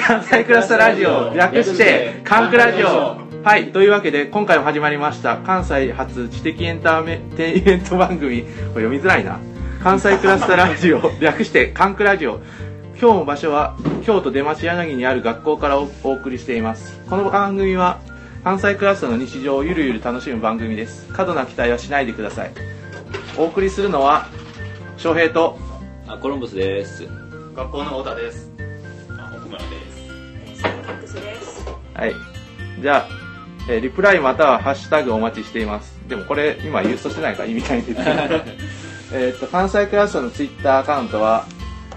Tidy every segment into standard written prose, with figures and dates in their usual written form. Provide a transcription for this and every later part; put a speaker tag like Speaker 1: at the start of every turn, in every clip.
Speaker 1: 関西クラスターラジオ、略して関クラジオ。はい、というわけで今回も始まりました関西初知的エンターテインメント番組、これ読みづらいな、関西クラスターラジオ略して関クラジオ。今日も場所は京都出町柳にある学校からお送りしています。この番組は関西クラスターの日常をゆるゆる楽しむ番組です。過度な期待はしないでください。お送りするのは翔平と
Speaker 2: コロンブスです。
Speaker 3: 学校の太田です。
Speaker 4: 奥村です。
Speaker 1: はい、じゃあ、リプライまたはハッシュタグお待ちしています。でもこれ今ユーストしてないから意味ないんですけど関西クラスターのツイッターアカウントは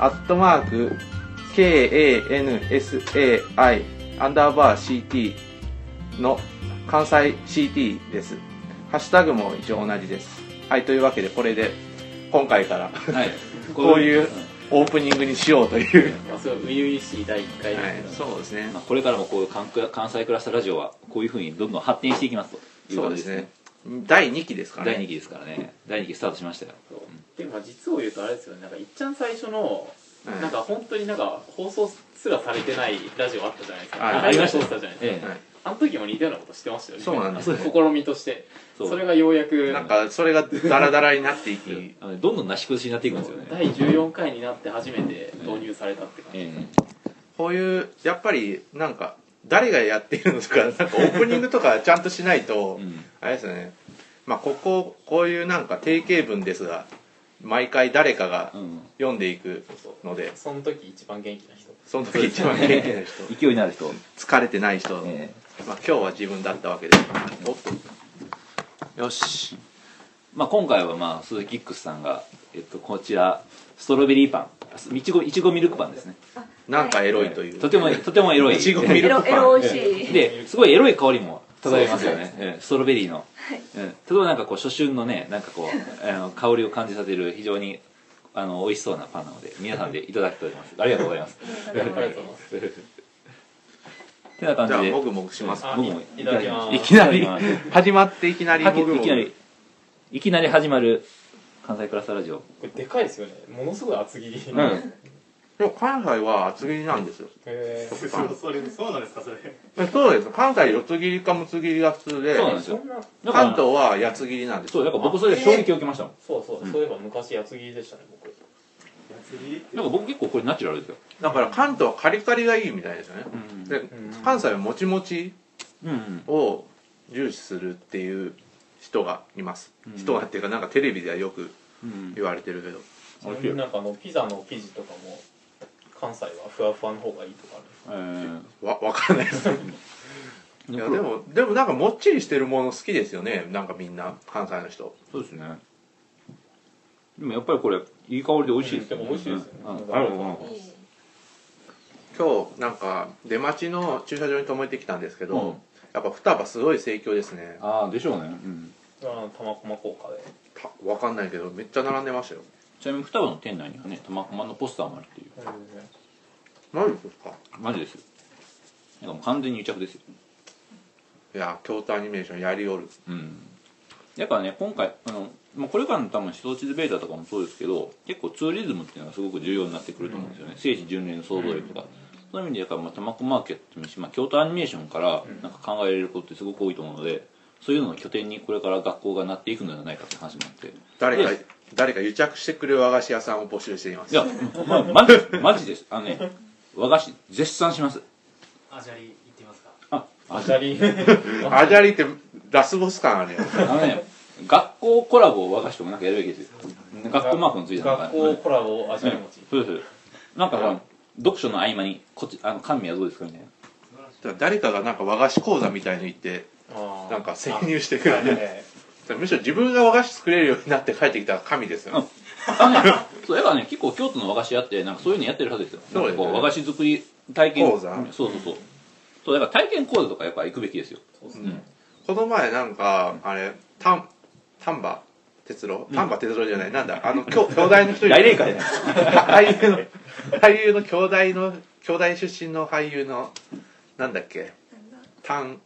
Speaker 1: @KANSAI_CT の関西 CT です。ハッシュタグも一応同じです。はい、というわけでこれで今回から、はい、こういうオープニングにしようという
Speaker 4: すごい初々しい第1回です、
Speaker 1: はい、そうですね。
Speaker 2: これからもこういう関西クラスターラジオはこういうふうにどんどん発展していきますという感じですね。
Speaker 1: 第2期ですからね。
Speaker 2: 第2期ですからね。第2期スタートしましたよ。
Speaker 4: でも実を言うとあれですよね、なんかいっちゃん最初のなんか本当になんか放送すらされてないラジオあったじゃないですか。
Speaker 2: ありました。
Speaker 4: じゃないですか。あの時も似たようなことしてましたよね。
Speaker 1: そうなんです。
Speaker 4: 試みとして。それがようやく
Speaker 1: なんかそれがダラダラになっていき
Speaker 2: どんどんなし崩しになっていくんですよね。
Speaker 4: 第14回になって初めて導入されたって感じ。
Speaker 1: こういうやっぱりなんか誰がやっているのとか、なんかオープニングとかちゃんとしないと、あれですよね。まあこういうなんか定型文ですが、毎回誰かが読んでいくので、
Speaker 4: その時一番元気な人、
Speaker 1: その時一番元気な人、
Speaker 2: 勢いのある人、
Speaker 1: 疲れてない人、まあ今日は自分だったわけです。おっと、よし。
Speaker 2: まあ今回はまあ鈴木キックスさんがこちらストロベリーパン、いちごミルクパンですね。
Speaker 1: なんかエロいという。
Speaker 2: とてもエロい。
Speaker 1: いちごミルクパン。
Speaker 5: エロ美味しい。
Speaker 2: ですごいエロい香りも漂いますよね。ストロベリーの。とてもなんかこう初春のね、なんかこう香りを感じさせる非常に美味しそうなパンなので皆さんでいただきたいと思います。ありがとうございます。
Speaker 4: ありがとうございます。
Speaker 2: ってな感じで。
Speaker 1: じゃあもぐもぐします。
Speaker 4: 僕もいただきます。
Speaker 1: いきなり始まっていきなりもぐもぐ。
Speaker 2: いきなり始まる関西クラスターラジオ。
Speaker 4: これでかいですよね。ものすごい厚切り。
Speaker 1: でも関西は厚切りなんですよ。
Speaker 3: そうなんですかそれ。
Speaker 1: そうです。関西四つ切りか六つ切りが普通で、
Speaker 2: そうなんですよ。
Speaker 1: 関東は八つ切りなんですよ。
Speaker 2: そう、だから僕それで衝撃を受けましたもん。
Speaker 4: そういえば昔八つ切りでしたね僕。
Speaker 2: なんか僕結構これナチュラルですよ。
Speaker 1: だから関東はカリカリがいいみたいですよね。で、関西はもちもちを重視するっていう人がいます。人がっていうかなんかテレビではよく言われてるけど。
Speaker 4: なんかピザの生地とかも関西はふわふわの方がいいとかある。
Speaker 1: わかんないです。いやでもなんかもっちりしてるもの好きですよね。なんかみんな関西の人。
Speaker 2: そうですね。でもやっぱりこれいい香りで美味しいです。
Speaker 4: でも美味しいですよね。
Speaker 1: 今日なんか出待ちの駐車場に止めてきたんですけど、やっぱ双葉すごい盛況ですね。
Speaker 2: ああでしょうね。
Speaker 4: 玉駒効果で。
Speaker 1: わかんないけどめっちゃ並んでましたよ。
Speaker 2: ちなみに双葉の店内にはね玉駒のポスターもあるっていう。
Speaker 1: マジですか？
Speaker 2: マジですよ。なんかもう完全に癒着ですよ。
Speaker 1: いや京都アニメーションやりおる。
Speaker 2: やっぱね今回これからの多分思想地図ベータとかもそうですけど結構ツーリズムっていうのがすごく重要になってくると思うんですよね。聖地巡礼の想像力とか。そういう意味でやっぱ玉子マーケットにし、京都アニメーションからなんか考えられることってすごく多いと思うので、そういうのの拠点にこれから学校がなっていくのではないかって話もあって、
Speaker 1: 誰か癒着してくれる和菓子屋さんを募集しています。
Speaker 2: いや、マジです。和菓子絶賛します。
Speaker 3: アジャリ行ってみますか？
Speaker 4: アジャリ
Speaker 1: アジャリってラスボス感あるよ。
Speaker 2: 学校コラボ和菓子とかなんかやるべきですよ。学校マークのついた
Speaker 4: 学校コラボアジャリ餅。
Speaker 2: そうです。なんかさ読書の合間に甘味はどうですかみたい
Speaker 1: な。誰かがなんか和菓子講座みたいの言ってなんか潜入してくれる。むしろ自分が和菓子作れるようになって帰ってきたら神ですよ。
Speaker 2: そうやからね結構京都の和菓子屋ってなんかそういうのやってるはずですよ。
Speaker 1: そうですね。
Speaker 2: 和菓子作り体験
Speaker 1: 講座。
Speaker 2: そうだから体験講座とかやっぱ行くべきですよ。
Speaker 1: この前なんかあれ丹波哲郎じゃない、なんだ兄弟の一人
Speaker 2: 大霊界ね。
Speaker 1: 俳優の兄弟出身の俳優のなんだっけ丹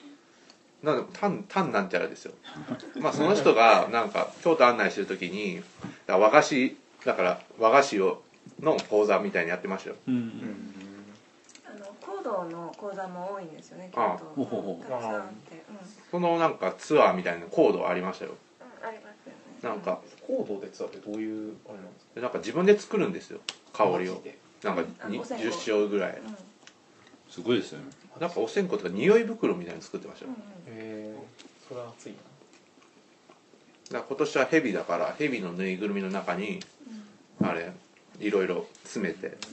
Speaker 1: なんちゃらですよ。まあその人がなんか京都案内してる時に和菓子の講座みたいにやってましたよ。
Speaker 5: 書道の講座も多いんですよね、京都。たくさんあって、
Speaker 1: そのなんかツアーみたいなコードありましたよ。
Speaker 5: ありますよね。
Speaker 1: なんか
Speaker 4: コードでツアーってどういうあれなんですか？
Speaker 1: なんか自分で作るんですよ、香りを。なんか10種ぐらい。
Speaker 2: すごいですよね。
Speaker 1: なんかお線香とか匂い袋みたいに作ってましたよ。
Speaker 4: それは熱いな。
Speaker 1: だから今年はヘビだからヘビのぬいぐるみの中にあれいろいろ詰めて、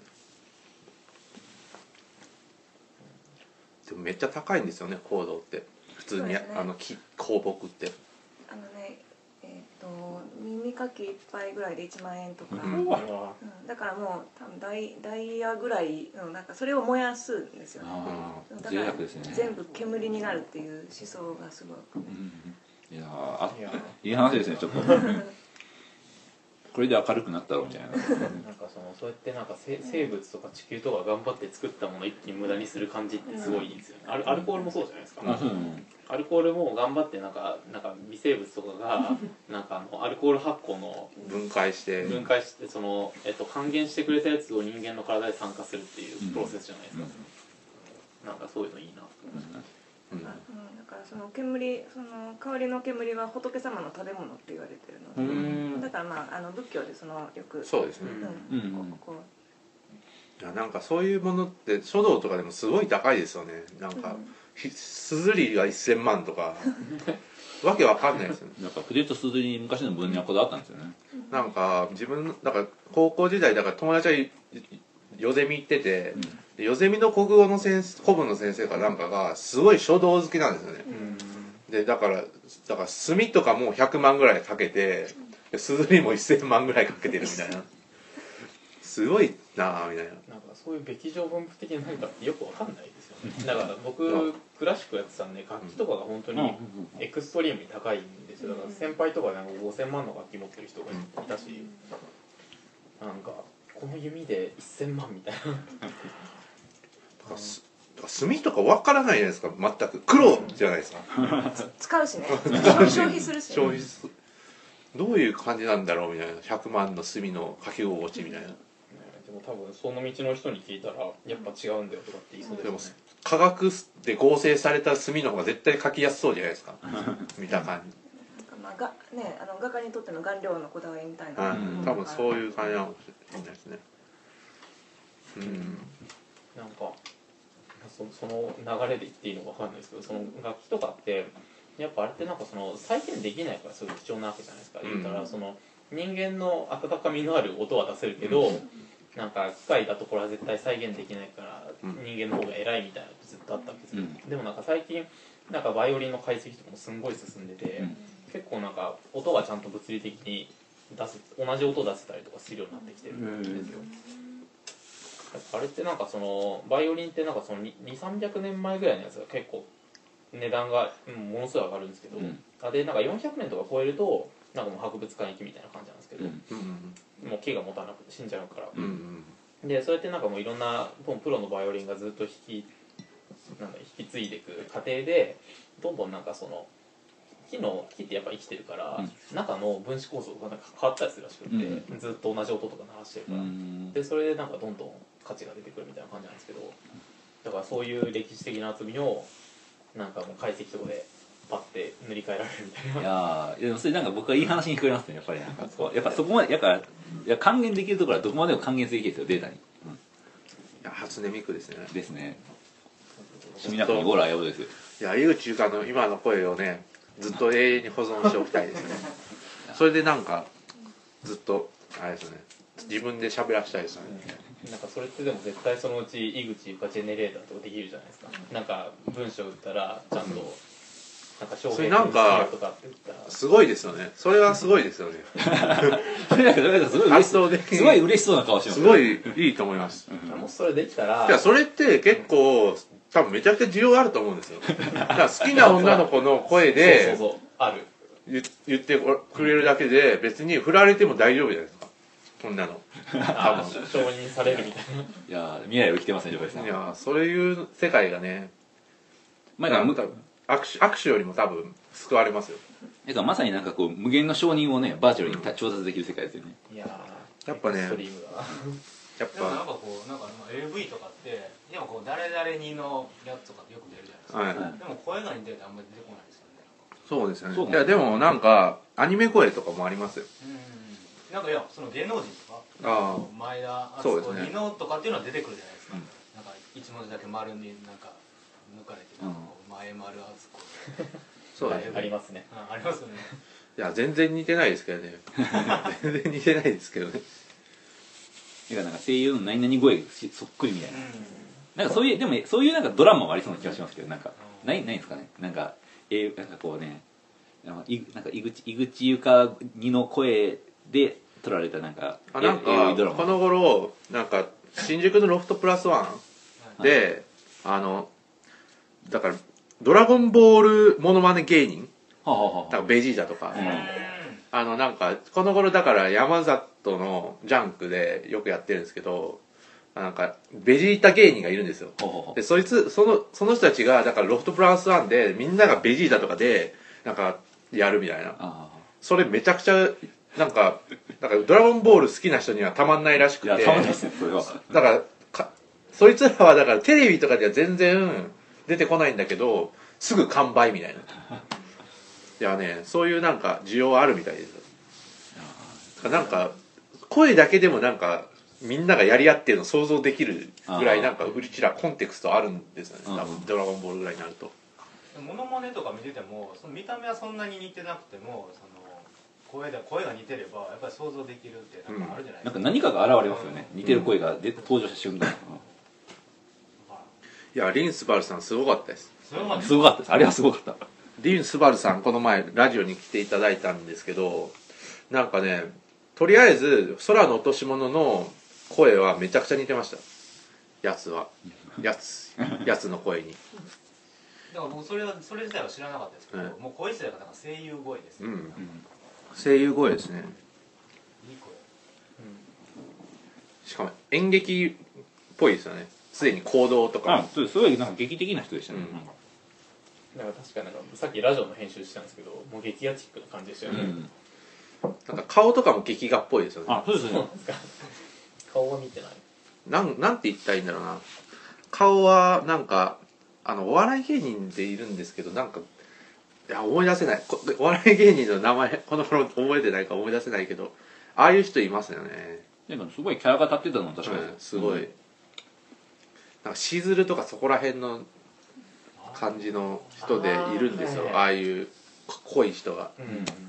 Speaker 1: でもめっちゃ高いんですよね、香道って普通に、ね、香木って
Speaker 5: 耳かき1杯ぐらいで1万円とか、だからもう多分ダイヤぐらいのなんかそれを燃やすんですよね。だから全部煙になるっていう思想がすごく、
Speaker 2: いやいい話ですね。ちょっとこれで明るくなったろうみたいな。
Speaker 4: なんかそうやってなんか生物とか地球とか頑張って作ったものを一気に無駄にする感じってすごいいいですよね。アルコールもそうじゃないですか。アルコールも頑張ってなんか微生物とかがなんかアルコール発酵の
Speaker 1: 分解して
Speaker 4: 還元してくれたやつを人間の体で酸化するっていうプロセスじゃないですか。なんかそういうのいいなと思いました。
Speaker 5: だからその香りの煙は仏様の食べ物って言われてるので、だから仏教でよく
Speaker 1: そうですね。なんかそういうものって書道とかでもすごい高いですよね。なんかすずりが1000万とかわけわかんないですよね。
Speaker 2: なんか筆とすずりに昔の文にはこだわったんですよね。
Speaker 1: なんか自分だから高校時代だから友達は夜ゼミ行ってて、夜ゼミの国語の古文の先生かなんかがすごい書道好きなんですよね。でだから墨とかも100万ぐらいかけて、すずりも1000万ぐらいかけてるみたいな。すごいなぁみたいな。
Speaker 4: なんかそういう劇場文符的な何かってよくわかんないですよね。だから僕クラシックやってたんで楽器とかが本当にエクストリームに高いんですよ。だから先輩とかなんか5000万の楽器持ってる人がいたし、なんかこの弓で1000万みたいな。
Speaker 1: 墨とかわからないじゃないですか、全く黒じゃないですか。
Speaker 5: 使うしね。消費するし。
Speaker 1: 消費する。どういう感じなんだろうみたいな。100万の墨の書き心地みたいな。
Speaker 4: でも多分その道の人に聞いたらやっぱ違うんだよとかって言いそうですよね。でも
Speaker 1: 化学で合成された墨の方が絶対書きやすそうじゃないですか。見た感じ。
Speaker 5: 画家にとっての顔料のこだわりみたいな。
Speaker 1: 多分そういう感じなのかもしれないですね。
Speaker 4: なんかその流れで言っていいのか分かんないですけど、その楽器とかってやっぱあれってなんか再現できないからすごい貴重なわけじゃないですか。言ったら人間の温かみのある音は出せるけど、なんか機械だとこれは絶対再現できないから人間の方が偉いみたいなのずっとあったわけですよ。でもなんか最近なんかバイオリンの解析とかもすんごい進んでて、結構なんか音がちゃんと物理的に同じ音出せたりとかするようになってきてるんですよ。あれってなんかバイオリンってなんか200-300年前ぐらいのやつが結構値段がものすごい上がるんですけど、でなんか400年とか超えるとなんかもう博物館行きみたいな感じなんですけど、もう木が持たなくて死んじゃうから、でそうやってなんかもういろんなプロのバイオリンがずっと引き継いでいく過程でどんどんなんか木ってやっぱ生きてるから、中の分子構造がなんか変わったりするらしくて、ずっと同じ音とか鳴らしてるから、でそれでなんかどんどん価値が出てくるみたいな感じなんですけど、だからそういう歴史的な厚みをなんかもう解析とかでパッて塗り替えられるみたいな。
Speaker 2: いやそれなんか僕はいい話に聞こえますね。やっぱりなんかやっぱそこまで還元できるところはどこまでも還元できるんですよ、データに。
Speaker 1: 初音ミクですね。
Speaker 2: ですね。みなこにゴーラーやぶですよ。
Speaker 1: いや井口ゆかの今の声をねずっと永遠に保存しておきたいですね。それでなんかずっとあれですね、自分で喋らせたいですよね。
Speaker 4: なんかそれってでも絶対そのうち井口ゆかジェネレーターとかできるじゃないですか。なんか文章打ったらちゃんとなんか
Speaker 1: それなんかすごいですよね。それはすごいですよね。
Speaker 2: すごい嬉しそうで、すごい嬉しそうな顔してます。
Speaker 1: すごいいいと思います。
Speaker 4: もしそれできたら、
Speaker 1: いやそれって結構多分めちゃくちゃ需要あると思うんですよ。だから好きな女の子の声で
Speaker 4: ある
Speaker 1: 言ってくれるだけで別に振られても大丈夫じゃないですか。こんなの
Speaker 4: 承認されるみたいな。
Speaker 2: いや未来を生きてますね、ジョバイさん。
Speaker 1: いやそういう世界がね、握手よりも多分救われますよ。
Speaker 2: だからまさになんかこう無限の承認をねバーチャルに調達できる世界ですよね。
Speaker 4: いや
Speaker 1: やっぱねやっ
Speaker 3: でもなん
Speaker 1: ぱ
Speaker 3: かこうなんかAV とかってでもこう誰々にのやつとかよく出るじゃないですか、
Speaker 1: はい
Speaker 3: でも声が似ててあんまり出てこないですよね。
Speaker 1: そうですよ
Speaker 2: そう
Speaker 1: ね。いやでもなんかアニメ声とかもありますよ。
Speaker 3: なんかいやその芸能人とか前田敦子にのとかっていうのは出てくるじゃないですか、なんか一文字だけ丸になんか抜かれてなんかこう前丸敦子
Speaker 1: そうですね。
Speaker 4: ありますね。
Speaker 3: ありますよね。
Speaker 1: いや全然似てないですけどね。全然似てないですけどね。
Speaker 2: だからなんか声優の何々声そっくりみたいな、なんかそういうでもそういうなんかドラマもありそうな気がしますけど、なんかないんですかね。なんかなんかこうね、なんか井口ゆかにの声で撮られたなんか
Speaker 1: なんか
Speaker 2: ドラマ
Speaker 1: この頃なんか新宿のロフトプラスワンでだからドラゴンボールモノマネ芸人、だからベジータとか、なんかこの頃だから山里のジャンクでよくやってるんですけど、なんかベジータ芸人がいるんですよ。でその人たちがだからロフトプラスワンでみんながベジータとかでなんかやるみたいな。それめちゃくちゃなんかドラゴンボール好きな人にはたまんないらしくて、
Speaker 2: いやたまんないですねそれは。
Speaker 1: だからそいつらはだからテレビとかでは全然出てこないんだけどすぐ完売みたいな。いやね、そういうなんか需要はあるみたいです。なんか声だけでもなんかみんながやり合ってるの想像できるぐらいなんかうちらコンテクストあるんですよね。多分ドラゴンボールぐらいになると。
Speaker 3: モノマネとか見ててもその見た目はそんなに似てなくてもその声が似てればやっぱり想像できるってなんかあるじゃないですか。
Speaker 2: なんか何かが現れますよね。似てる声が登場した瞬間。
Speaker 1: いやリン・スバルさんすごかったです。
Speaker 2: すごかったです。あれはすごかった。
Speaker 1: リン・スバルさんこの前ラジオに来ていただいたんですけど、なんかねとりあえず空の落とし物の声はめちゃくちゃ似てました。やつの声に。
Speaker 3: だから僕それ自体は知らなかったですけど、もう声自体がなんか声優声ですね。
Speaker 1: 声優声ですね。
Speaker 3: いい声。
Speaker 1: しかも演劇っぽいですよね。すでに行動とか。
Speaker 2: そうです。すごいなんか劇的な人でしたね。
Speaker 4: なんか確かにさっきラジオの編集したんですけど、もう劇画チックな感じでしたよね。
Speaker 1: なんか顔とかも劇画っぽいですよね。
Speaker 2: そうですね。
Speaker 4: 顔は見てない。
Speaker 1: なんて言ったらいいんだろうな。顔はなんかお笑い芸人でいるんですけど、なんかいや思い出せない。お笑い芸人の名前この頃覚えてないか思い出せないけど、ああいう人いますよね。
Speaker 2: なんかすごいキャラが立ってたのは確かに、
Speaker 1: すごい。なんかしずるとかそこら辺の感じの人でいるんですよ。ああいう濃い人が。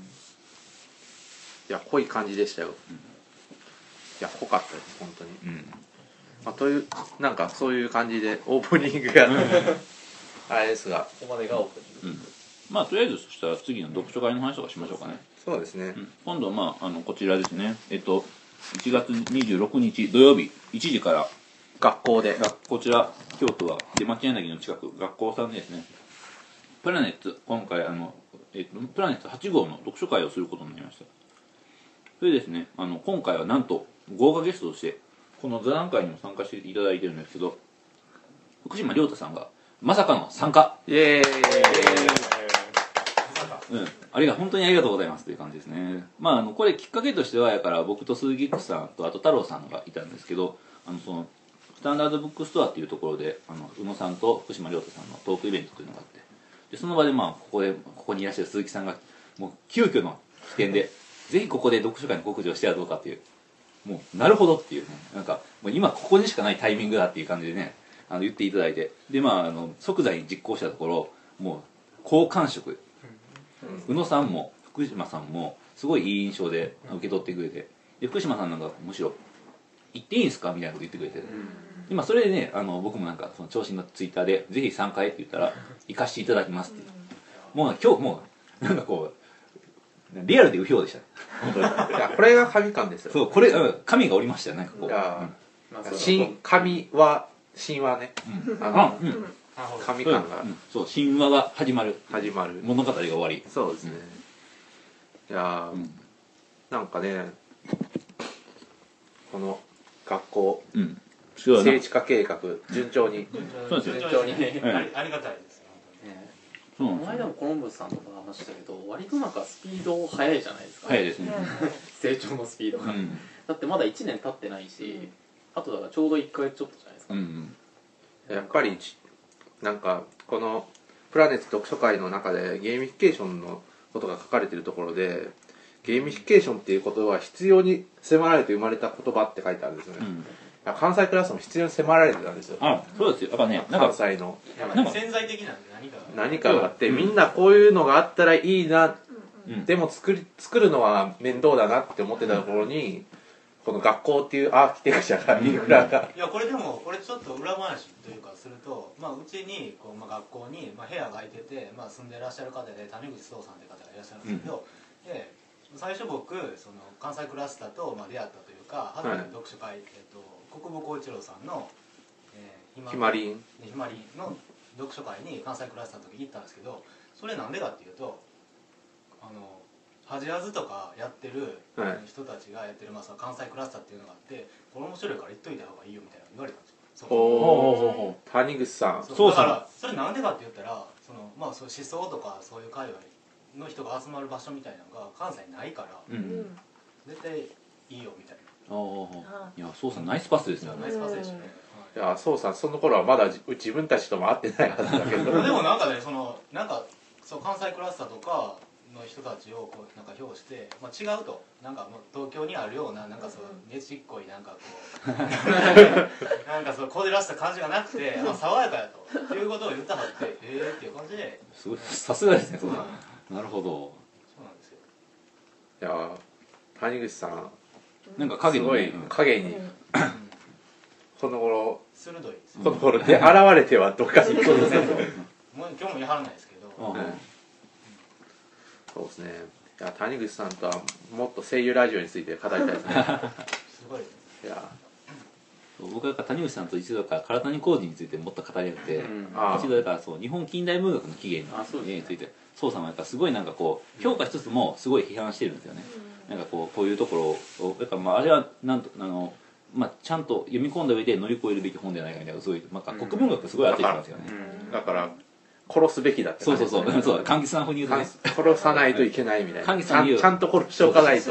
Speaker 1: いや濃い感じでしたよ。いや濃かったです本当に。というなんかそういう感じでオープニングがあれですが、
Speaker 4: ここまでがオープニング。
Speaker 2: まあとりあえずそしたら次の読書会の話とかしましょうかね。
Speaker 1: そうですね。
Speaker 2: 今度はこちらですね。1月26日土曜日1時から
Speaker 1: 学校で
Speaker 2: こちら京都は出町柳の近く学校さんですね。プラネッツ今回プラネッツ8号の読書会をすることになりました。それでですね今回はなんと豪華ゲストとしてこの座談会にも参加していただいてるんですけど、福島亮太さんがまさかの参加。
Speaker 1: イエーイ。
Speaker 2: 本当にありがとうございますという感じですね。これきっかけとしてはやから僕と鈴木ックさんとあと太郎さんがいたんですけど、そのスタンダードブックストアっていうところで宇野さんと福島亮太さんのトークイベントというのがあって、でその場でここにいらっしゃる鈴木さんがもう急遽の起点でぜひここで読書会の告示をしてはどうかっていう、もうなるほどっていうね、なんかもう今ここにしかないタイミングだっていう感じでね言っていただいて、で即座に実行したところもう好感触、宇野さんも福島さんもすごいいい印象で受け取ってくれて、で福島さんなんかむしろ行っていいんですかみたいなこと言ってくれて、今それでね僕もなんかその調子のツイッターでぜひ参加へって言ったら行かせていただきますってもう今日もうなんかこうリアルで右票でしたね本当に。
Speaker 1: いやこれが神感ですよ。
Speaker 2: そうこれ神がおりましたよなんかこう。
Speaker 1: 神話ね。神感が
Speaker 2: そう神話が始まる物語が終わり。
Speaker 1: そうですね。いやなんかねこの学校聖地化計画順調に
Speaker 2: そうですよ。
Speaker 3: 順調にありがたいですね。
Speaker 4: この間もコロンブスさんとか話したけど、割となんかスピード速いじゃないですか。
Speaker 2: 早いですね。
Speaker 4: 成長のスピードが。だってまだ1年経ってないし、 あとだからちょうど1ヶ月ちょっとじゃないですか、
Speaker 1: やっぱりなんかこのプラネット読書会の中でゲーミフィケーションのことが書かれているところで、ゲーミフィケーションっていうことは必要に迫られて生まれた言葉って書いてあるんですよね、関西クラスも必要に迫られてたんですよ。
Speaker 2: そうですよ。やっぱね、
Speaker 1: 関西の
Speaker 3: 潜在的なんで
Speaker 1: 何かがあって、みんなこういうのがあったらいいな、でも作るのは面倒だなって思ってたところに、この学校っていうアーキテクチャがインフラが、
Speaker 3: いやこれでもこれちょっと裏話というかすると、うちにこう、学校に、部屋が空いてて、住んでらっしゃる方で谷口壮さんって方がいらっしゃるんですけど、で最初僕その関西クラスターと出会ったというか、初めて読書会、国分光一郎さんの、
Speaker 1: ひまりん
Speaker 3: の読書会に関西クラスターの時行ったんですけど、それなんでかっていうとハジアズとかやってる人たちがやってる、関西クラスターっていうのがあって、これ面白いから言っといた方がいいよみたいな言われたんですよ。
Speaker 1: 谷口さん。
Speaker 3: そうだからそれなんでかって言ったら、そう思想とかそういう界隈の人が集まる場所みたいなのが関西にないから、絶対いいよみたいな。
Speaker 2: いや、そうさんナイスパスですよね。
Speaker 3: ナイスパスでしたね。
Speaker 1: いや、そうさんその頃はまだ自分たちとも会ってないはずだけど
Speaker 3: でもなんかね、関西クラスターとかの人たちをこう評して、違うと、東京にあるようなねちっこいそうこじらした感じがなくて、爽やかやということを言ったはってっていう感じで、
Speaker 2: すごい、さすがですね。なるほど。
Speaker 3: そうなんですよ。
Speaker 1: いや、谷口さん
Speaker 2: なんか影
Speaker 1: にこの頃
Speaker 3: 鋭いです。
Speaker 1: この頃で現れてはどうかそうですね。
Speaker 3: もう今日も言い張らないですけど。
Speaker 1: そうですね。いや、谷口さんとはもっと声優ラジオについて語りたいですね。
Speaker 3: すごい。
Speaker 1: いや、
Speaker 2: 僕は谷口さんと一度から唐谷浩二についてもっと語り合って、一度だから日本近代文学の起源について、宋さんはすごいこう評価しつつもすごい批判してるんですよね。こういうところをあれはなんとちゃんと読み込んだ上で乗り越えるべき本ではないかみたいな、そういう国文学すごい熱いですよね。
Speaker 1: だから殺すべきだって。
Speaker 2: そう柑橘さん風に言うとね、
Speaker 1: 殺さないといけないみたいな。
Speaker 2: 柑橘さん
Speaker 1: ちゃんと殺しておかないと。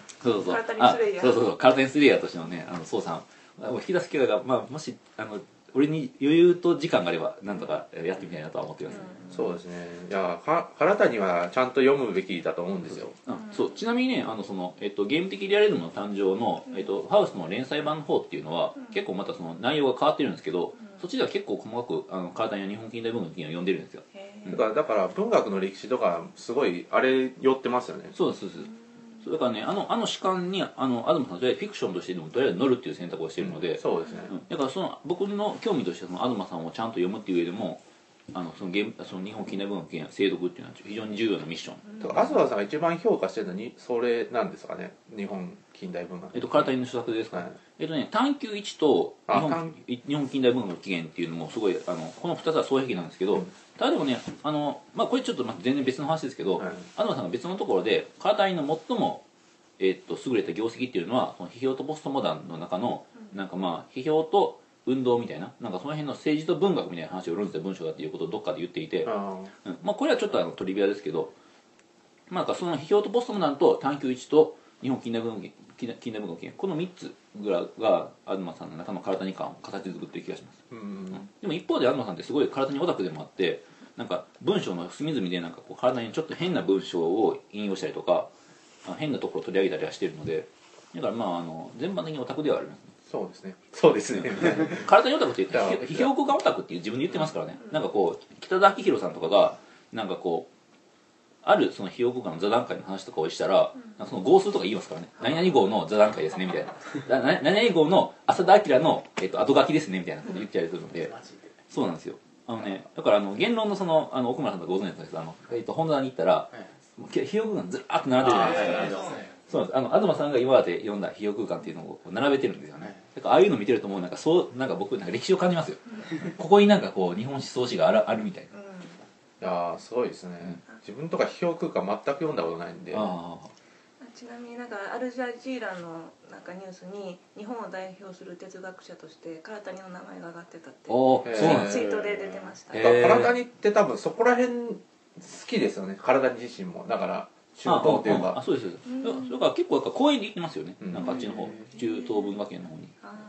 Speaker 5: 体
Speaker 2: にスレイヤーとしてのね、宋さん引き出す機会がもし俺に余裕と時間があればなんとかやってみたいなとは思ってますね。
Speaker 1: そうですね。いや、唐谷はちゃんと読むべきだと思うんですよ。
Speaker 2: そうちなみにね、ゲーム的リアリズムの誕生の、ハウスの連載版の方っていうのは、結構またその内容が変わってるんですけど、そっちでは結構細かく唐谷や日本近代文学の起源を読んでるんですよ。
Speaker 1: だから文学の歴史とかすごいあれ寄ってますよね。
Speaker 2: そうです。だからね、あの主観に東さんはフィクションとしてでもとりあえず乗るっていう選択をしているので、
Speaker 1: そうですね。
Speaker 2: だから僕の興味としては東さんをちゃんと読むっていう上でも、その日本近代文学の精読っていうのは非常に重要なミッション。
Speaker 1: 東さんが一番評価してるのにそれなんですかね。日本近代文学。
Speaker 2: 唐谷の著作ですか。探求1と日本近代文学の起源っていうのもすごいこの2つは双璧なんですけど、ただでもねこれちょっと全然別の話ですけど、東さんが別のところで唐谷の最も優れた業績っていうのはその批評とポストモダンの中の批評と運動みたいなその辺の政治と文学みたいな話を論じた文章だっていうことをどっかで言っていて、これはちょっとトリビアですけど、その批評とポストモダンと探求1と日本近代文学この3つぐらいが東さんの中の唐谷感を形作ってる気がします。でも一方で東さんってすごい唐谷オタクでもあって、文章の隅々で唐谷にちょっと変な文章を引用したりとか変なところを取り上げたりはしているので、だから全般的にオタクではありますね。
Speaker 1: そうですね。
Speaker 2: 唐谷オタクって言って批評家オタクって自分で言ってますからね。北田明宏さんとかがあるその批評家の座談会の話とかをしたら、その号数とか言いますからね。何々号の座談会ですねみたいな。何々号の浅田明の後書きですねみたいなこと言ったりするので、そうなんですよ。だから言論の奥村さんとかご存知なんですけど、本棚に行ったら批評空間ずらーっと並べてるじゃないですか。そうなんです。東さんが今まで読んだ批評空間っていうのを並べてるんですよね。だからああいうの見てるともう僕歴史を感じますよ。ここに日本思想史があるみたいな。
Speaker 1: いやすごいですね。自分とか批評空間全く読んだことないんで。
Speaker 5: ちなみにアルジャジーラのニュースに日本を代表する哲学者として唐谷の名前が上がってたってツイートで出てました。
Speaker 1: 唐谷って多分そこら辺好きですよね。唐谷自身もだから中東というか。
Speaker 2: そうです。だから結構公園に行ってますよね。あっちの方中東文化圏の方に。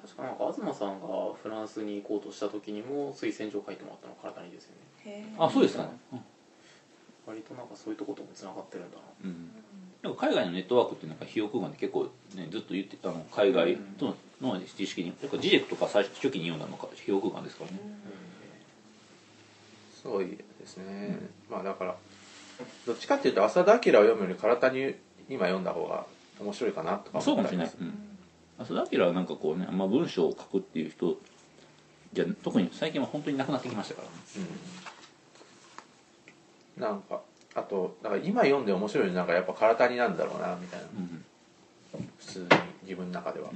Speaker 4: 確かなんか東さんがフランスに行こうとした時にも推薦状書いてもらったの体にですよね。
Speaker 2: あ、そうですかね。
Speaker 4: 割となんかそういうとこともつながってるんだな。
Speaker 2: なんか海外のネットワークってなんか費用空間って結構ねずっと言ってたの海外との知識に、やっぱジジェクとか最初期に読んだのが費用空間ですからね。
Speaker 1: すごいですね。まあだからどっちかっていうと浅田明を読むより唐谷今読んだ方が面白いかなとか
Speaker 2: そうか
Speaker 1: 思ったり
Speaker 2: もしれない。浅田明はなんかこうね、文章を書くっていう人じゃ特に最近は本当になくなってきましたからね。
Speaker 1: なんかあとだから今読んで面白いのなんかやっぱ唐谷なんだろうなみたいな、普通に自分の中では、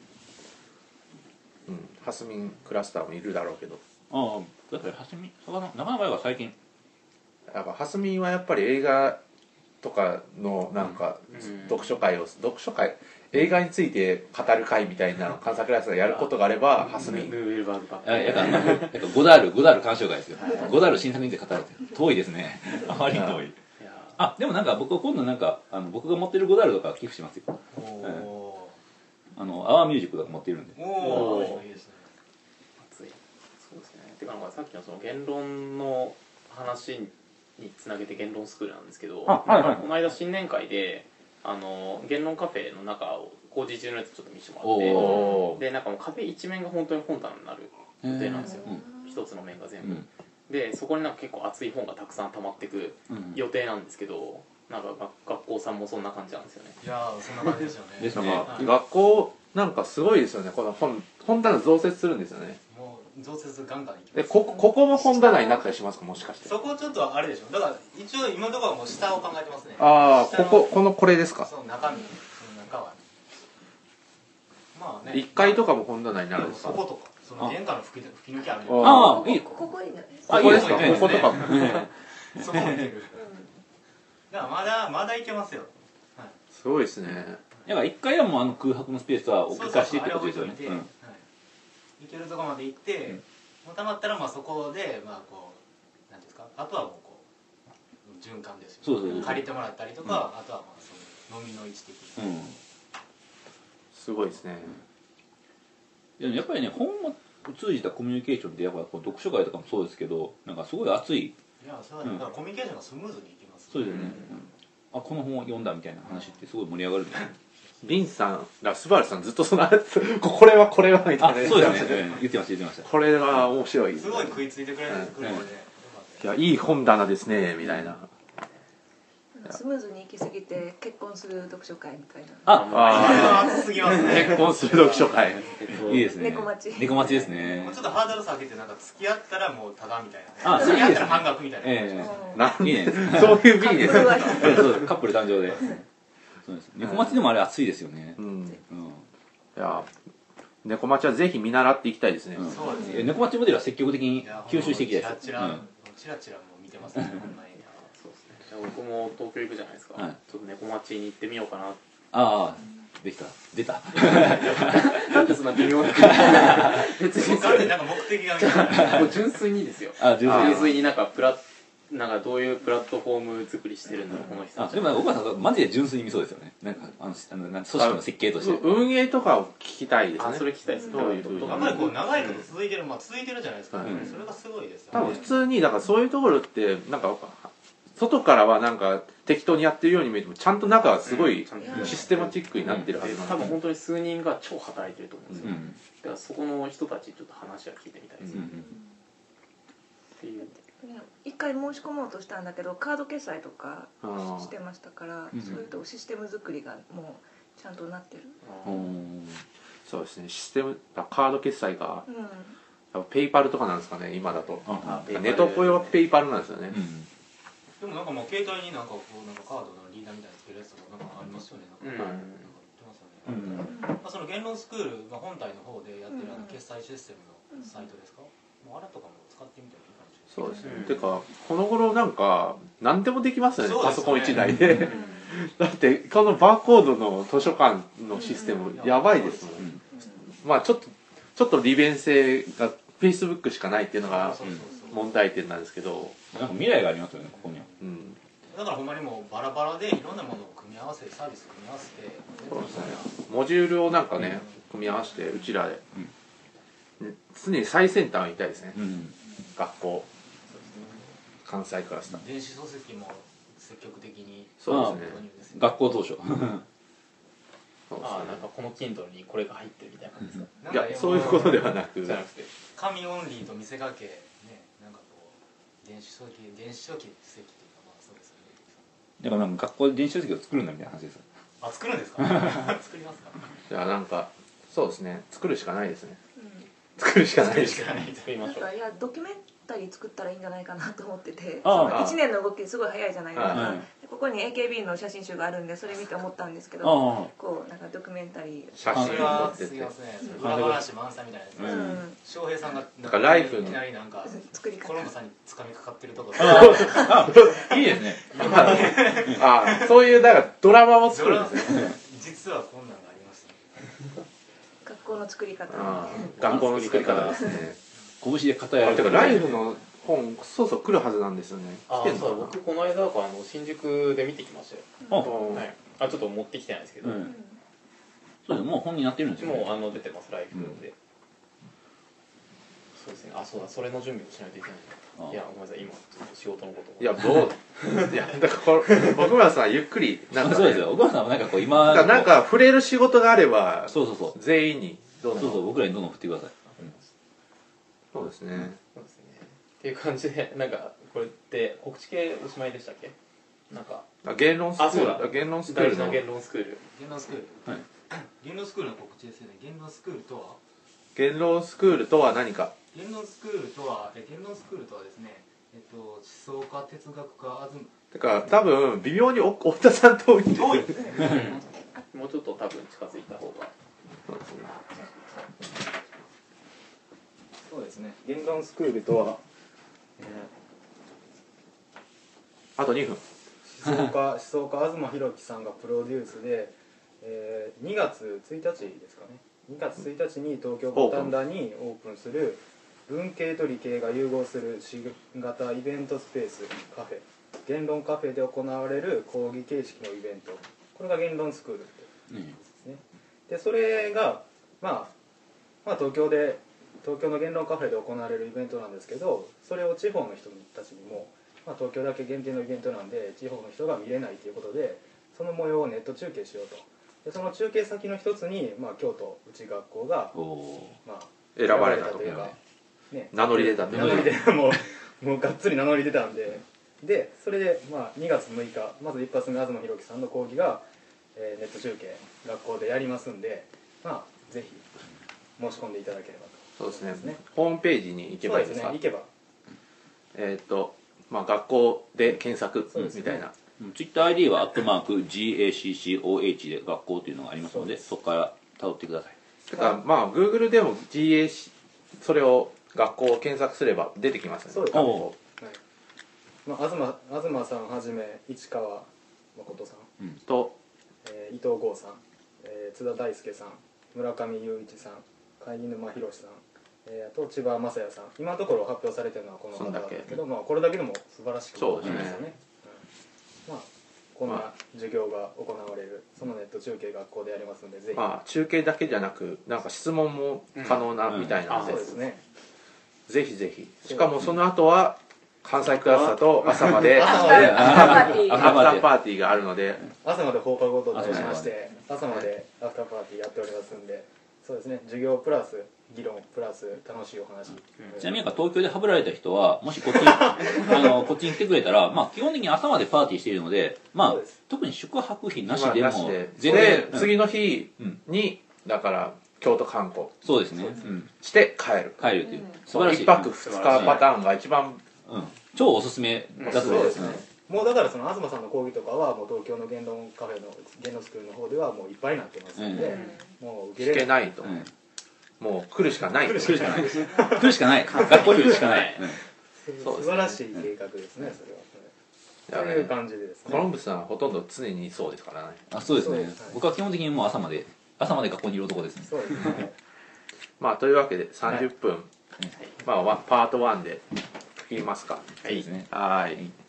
Speaker 1: ハスミンクラスターもいるだろうけど、
Speaker 2: ああ、だからハスミンなかなか最近
Speaker 1: やっぱハスミンはやっぱり映画とかのなんか読書会映画について語る会みたいなの関西クラスがやることがあればハスミン
Speaker 2: ゴダール鑑賞会ですよ。ゴダール新作について語るって遠いですね。あまりに遠い。あ、でもなんか僕今度なんか僕が持ってるゴダールとか寄付しますよ。アワーミュージックとか持っているんで。
Speaker 3: おお、いいですね。
Speaker 4: 熱い。そうですね。てかなんかさっきのその言論の話につなげて言論スクールなんですけど、この間新年会で言論カフェの中を工事中のやつちょっと見せてもらって、でなんかもう壁一面が本当に本棚になる予定なんですよ。一つの面が全部。でそこになんか結構熱い本がたくさん溜まってく予定なんですけど、なんか学校さんもそんな感じなんですよね。
Speaker 3: いやー、そんな感じですよね。
Speaker 2: ですね。
Speaker 1: 学校なんかすごいですよね。この本棚増設するんですよね。
Speaker 3: もう増設ガンガンいきます。
Speaker 1: でここも本棚になったりしますか、もしかして。
Speaker 3: そこちょっとあれでしょ。だから一応今のところはもう下を考えてますね。
Speaker 1: ああ、これですか。
Speaker 3: その中身、その中はまあね。
Speaker 1: 1階とかも本棚になるんですか。
Speaker 3: そことか、その玄関の吹き抜きあるじゃ
Speaker 2: ああ、いい。
Speaker 5: ここいいね。
Speaker 1: ここですか。こことかも。
Speaker 3: そこもいける。だからまだいけますよ。
Speaker 1: すごいですね。
Speaker 2: だから1階はもう空白のスペースは置き換してってことですよね。
Speaker 3: いけるところまで行って、もうたまったらそこでこうなんですか、あとはもうこう循環ですよ。借りてもらったりとか、あとはその飲みの位置的に。
Speaker 1: すごいですね。
Speaker 2: やっぱりね、本を通じたコミュニケーションってやっぱ読書会とかもそうですけど、なんかすごい熱い。
Speaker 3: いや、そうだからコミュニケーションがスムーズにいきます。
Speaker 2: そうですよね。あ、この本を読んだみたいな話ってすごい盛り上がるんですよ。
Speaker 1: リンさんスバルさんずっとそのこれはみたいな。
Speaker 2: そうですね。言ってました。
Speaker 1: これは面白い。
Speaker 3: すごい食いついてくれるので。
Speaker 1: いや、いい本棚ですねみたいな。
Speaker 5: スムーズに行き過ぎて結婚する読書会みたいな。
Speaker 3: 熱すぎますね。
Speaker 1: 結婚する読書会。
Speaker 2: いいですね。
Speaker 5: 猫町
Speaker 2: ですね。
Speaker 3: ちょっとハードル下げてなんか付き合ったらもうただみたいな。
Speaker 2: 付
Speaker 3: き合ったら半額みたいな。
Speaker 1: いいね。そういうビジネス。
Speaker 2: カップル誕生で。猫町でもあれ熱いですよね。い
Speaker 1: や、猫町はぜひ見習っていきたいですね。
Speaker 2: 猫町モデルは積極的に吸収していきたいです。
Speaker 3: チラチラも見てますね。
Speaker 4: じゃあ僕も東京行くじゃないですか。ちょっと猫町に行ってみようかな。
Speaker 2: ああ、できた。出た。
Speaker 4: なんでそんな微妙な。
Speaker 3: 別になんか目的が
Speaker 4: もう純粋にですよ。純粋になんかどういうプラットフォーム作りしてるんだろうこの人たち。
Speaker 2: でも岡さんマジで純粋に見そうですよね。なんか組織の設計として。
Speaker 1: 運営とかを聞きたいですね。
Speaker 4: それ聞きたいです。どういうふうに。
Speaker 3: あんまりこう長いこと続いてるじゃないですか。それがすごいですよね。
Speaker 1: 多分普通にだからそういうところってなんか外からはなんか適当にやってるように見えてもちゃんと中はすごいシステマチックになってるはずなんで。
Speaker 4: 多分本当に数人が超働いてると思うんですよ。だからそこの人たちちょっと話は聞いてみたいですね。っていう。
Speaker 5: 一回申し込もうとしたんだけどカード決済とかしてましたから、そういうとシステム作りがもうちゃんとなってる。
Speaker 1: そうですね。システムカード決済がペイパルとかなんですかね今だと。ネトポヨペイパルなんですよね。
Speaker 3: でもなんかもう携帯になんかカードのリーダーみたいにつけるやつとかなんかありますよね。その言論スクール本体の方でやってる決済システムのサイトですか。あれとかも使ってみたらいいかもしれない。
Speaker 1: そうですね。てかこの頃なんか何でもできますよね。パソコン1台で。だってこのバーコードの図書館のシステムやばいですもん。まあちょっと利便性が Facebook しかないっていうのが問題点なんですけど。
Speaker 2: なんか未来がありますよねここには。
Speaker 3: だからほんまにもうバラバラでいろんなものを組み合わせサービス組み合わせて。
Speaker 1: そうですね。モジュールをなんかね組み合わせてうちらで、常に最先端をいたいですね、学校関西クラスター
Speaker 3: 電子書籍も積極的に
Speaker 1: そうですね
Speaker 2: 学校当初
Speaker 4: なんかこの Kindle にこれが入ってるみたいな感じですか？
Speaker 1: いやそういうことではなく
Speaker 4: じゃなくて
Speaker 3: 紙オンリーと見せかけね、なんかこう電子書籍っていうかまあそうですよね。
Speaker 2: だからなんか学校で電子書籍を作るんだみたいな話です。
Speaker 3: あ、作るんですか？作りますか？
Speaker 1: じゃあなんかそうですね作るしかないですね、作るしかないです
Speaker 4: 作りましょう。
Speaker 5: いやドキュメンタリー作ったらいいんじゃないかなと思ってて、
Speaker 2: ああ
Speaker 5: 1年の動きすごい早いじゃないですか、
Speaker 2: はい
Speaker 5: でここに AKB の写真集があるんでそれ見て思ったんですけど、
Speaker 2: ああ
Speaker 5: こうなんかドキュメンタリー
Speaker 1: 写真
Speaker 3: それは
Speaker 1: を撮ってて
Speaker 3: すみません。裏話満載みたいなやつね。翔平さんが
Speaker 1: なんかライフの
Speaker 3: いきなりなんか
Speaker 5: 作り方
Speaker 3: コロンブさんに掴みかかってるところ。
Speaker 2: いいですね。
Speaker 1: あそういうだからドラマも作るんですね
Speaker 3: 実はこんなんがありましたね。
Speaker 5: 学校の作り方
Speaker 1: 学校の作り方ですね
Speaker 2: 拳で肩やる。
Speaker 1: てかライフの本そうそう来るはずなんですよね。
Speaker 4: あ
Speaker 1: 来てんのかな。
Speaker 4: そう僕この間新宿で見てきましたよ。
Speaker 1: うん
Speaker 4: はい。ちょっと持ってきてないんですけど、
Speaker 2: うんそうですもう本になってるんですよね。
Speaker 4: もう出てますライフで。そうですね。そうだそれの準備をしないといけない。いやごめんなさい今ちょっと仕事のことを。
Speaker 1: いやどういやだから奥村さんゆっくりなんか、ね、
Speaker 2: そうですよ。奥村さんはなんかこう今
Speaker 1: なんか触れる仕事があれば
Speaker 2: そう
Speaker 1: 全員にどんどん
Speaker 2: そう僕らにどんどん振ってください。
Speaker 1: そうですね。
Speaker 4: そうですね。っていう感じでなんかこれって告知系おしまいでしたっけ？なんか
Speaker 1: 言論スクール
Speaker 4: そうだ
Speaker 1: 言論スクールの
Speaker 4: 大事な言論スクール。
Speaker 3: 言論スクール。
Speaker 2: はい。
Speaker 3: 言論スクールの告知ですよね。言論スクールとは
Speaker 1: 言論スクールとは何か。
Speaker 3: 言論スクールとはですね、思想家哲学家
Speaker 1: てか多分微妙に太田さん遠いんですよ。
Speaker 3: 遠い。
Speaker 4: もうちょっと多分近づいた方が。
Speaker 3: そうですね。言論スクールとは、
Speaker 1: あと2分。
Speaker 3: 思想家東博樹さんがプロデュースで、2月1日ですかね。2月1日に東京五反田にオープンする文系と理系が融合する新型イベントスペースカフェ言論カフェで行われる講義形式のイベント、これが言論スクールってですね。でそれがまあ東京の言論カフェで行われるイベントなんですけど、それを地方の人たちにも、東京だけ限定のイベントなんで地方の人が見れないということで、その模様をネット中継しようと。でその中継先の一つに、京都うち学校が、
Speaker 1: 選ばれたと
Speaker 3: いうか、ね、
Speaker 1: 名乗り出た
Speaker 3: もうがっつり名乗り出たんでそれで、2月6日まず一発目東博樹さんの講義が、ネット中継学校でやりますんで、ぜひ申し込んでいただければと。
Speaker 1: そうですね。ホームページに行けばいいですか。
Speaker 3: 行けば
Speaker 1: 学校で検索みたいな。
Speaker 2: ツイッター ID は@GACCOH で学校というのがありますので、そこから辿ってください。
Speaker 1: てかGoogle でも GAC それを学校を検索すれば出てきますね。
Speaker 3: そうですね。東さんはじめ市川誠さん、
Speaker 1: と
Speaker 3: 伊藤剛さん、津田大輔さん、村上雄一さん、貝沼博さん、あと千葉雅也さん、今のところ発表されてるのはこの方々ですけど、これだけでも素晴らしく
Speaker 1: そうですね。
Speaker 3: こんな授業が行われる、そのネット中継学校でやりますので、ぜひ。
Speaker 1: 中継だけじゃなくなんか質問も可能なみたいなので、
Speaker 3: そうですね。
Speaker 1: ぜひぜひ。しかもその後は関西クラスターと朝まで
Speaker 5: アフター
Speaker 1: パーティーがあるので、
Speaker 3: 朝まで放課後と題しまして朝までアフターパーティーやっておりますんで、そうですね、授業プラス議論プラス楽しいお話。
Speaker 2: ちなみに東京でハブられた人はもしこっちこっちに来てくれたら、基本的に朝までパーティーしているので、特に宿泊費なしでも
Speaker 1: 全然次の日にだから京都観光
Speaker 2: そうですね
Speaker 1: して帰る
Speaker 2: という素晴らしい
Speaker 1: 1泊2日パターンが一番
Speaker 2: 超おすすめだと思いますね。
Speaker 3: もうだからその東さんの講義とかはもう東京の言論カフェの言論スクールの方ではもういっぱいになってますので、もう受けれないと、もう来るしかない、
Speaker 2: 来るしかない来るしかない学校に来るしかない。
Speaker 3: 素晴らしい計画ですね、それは。という感じでですね。
Speaker 1: コロンブスさんはほとんど常にそうですからね。
Speaker 2: そうですね。僕は基本的にもう朝まで学校にいる男ですね。
Speaker 3: そうですね。
Speaker 1: というわけで30分パート1で区切りますか。
Speaker 2: いいですね。
Speaker 1: はい。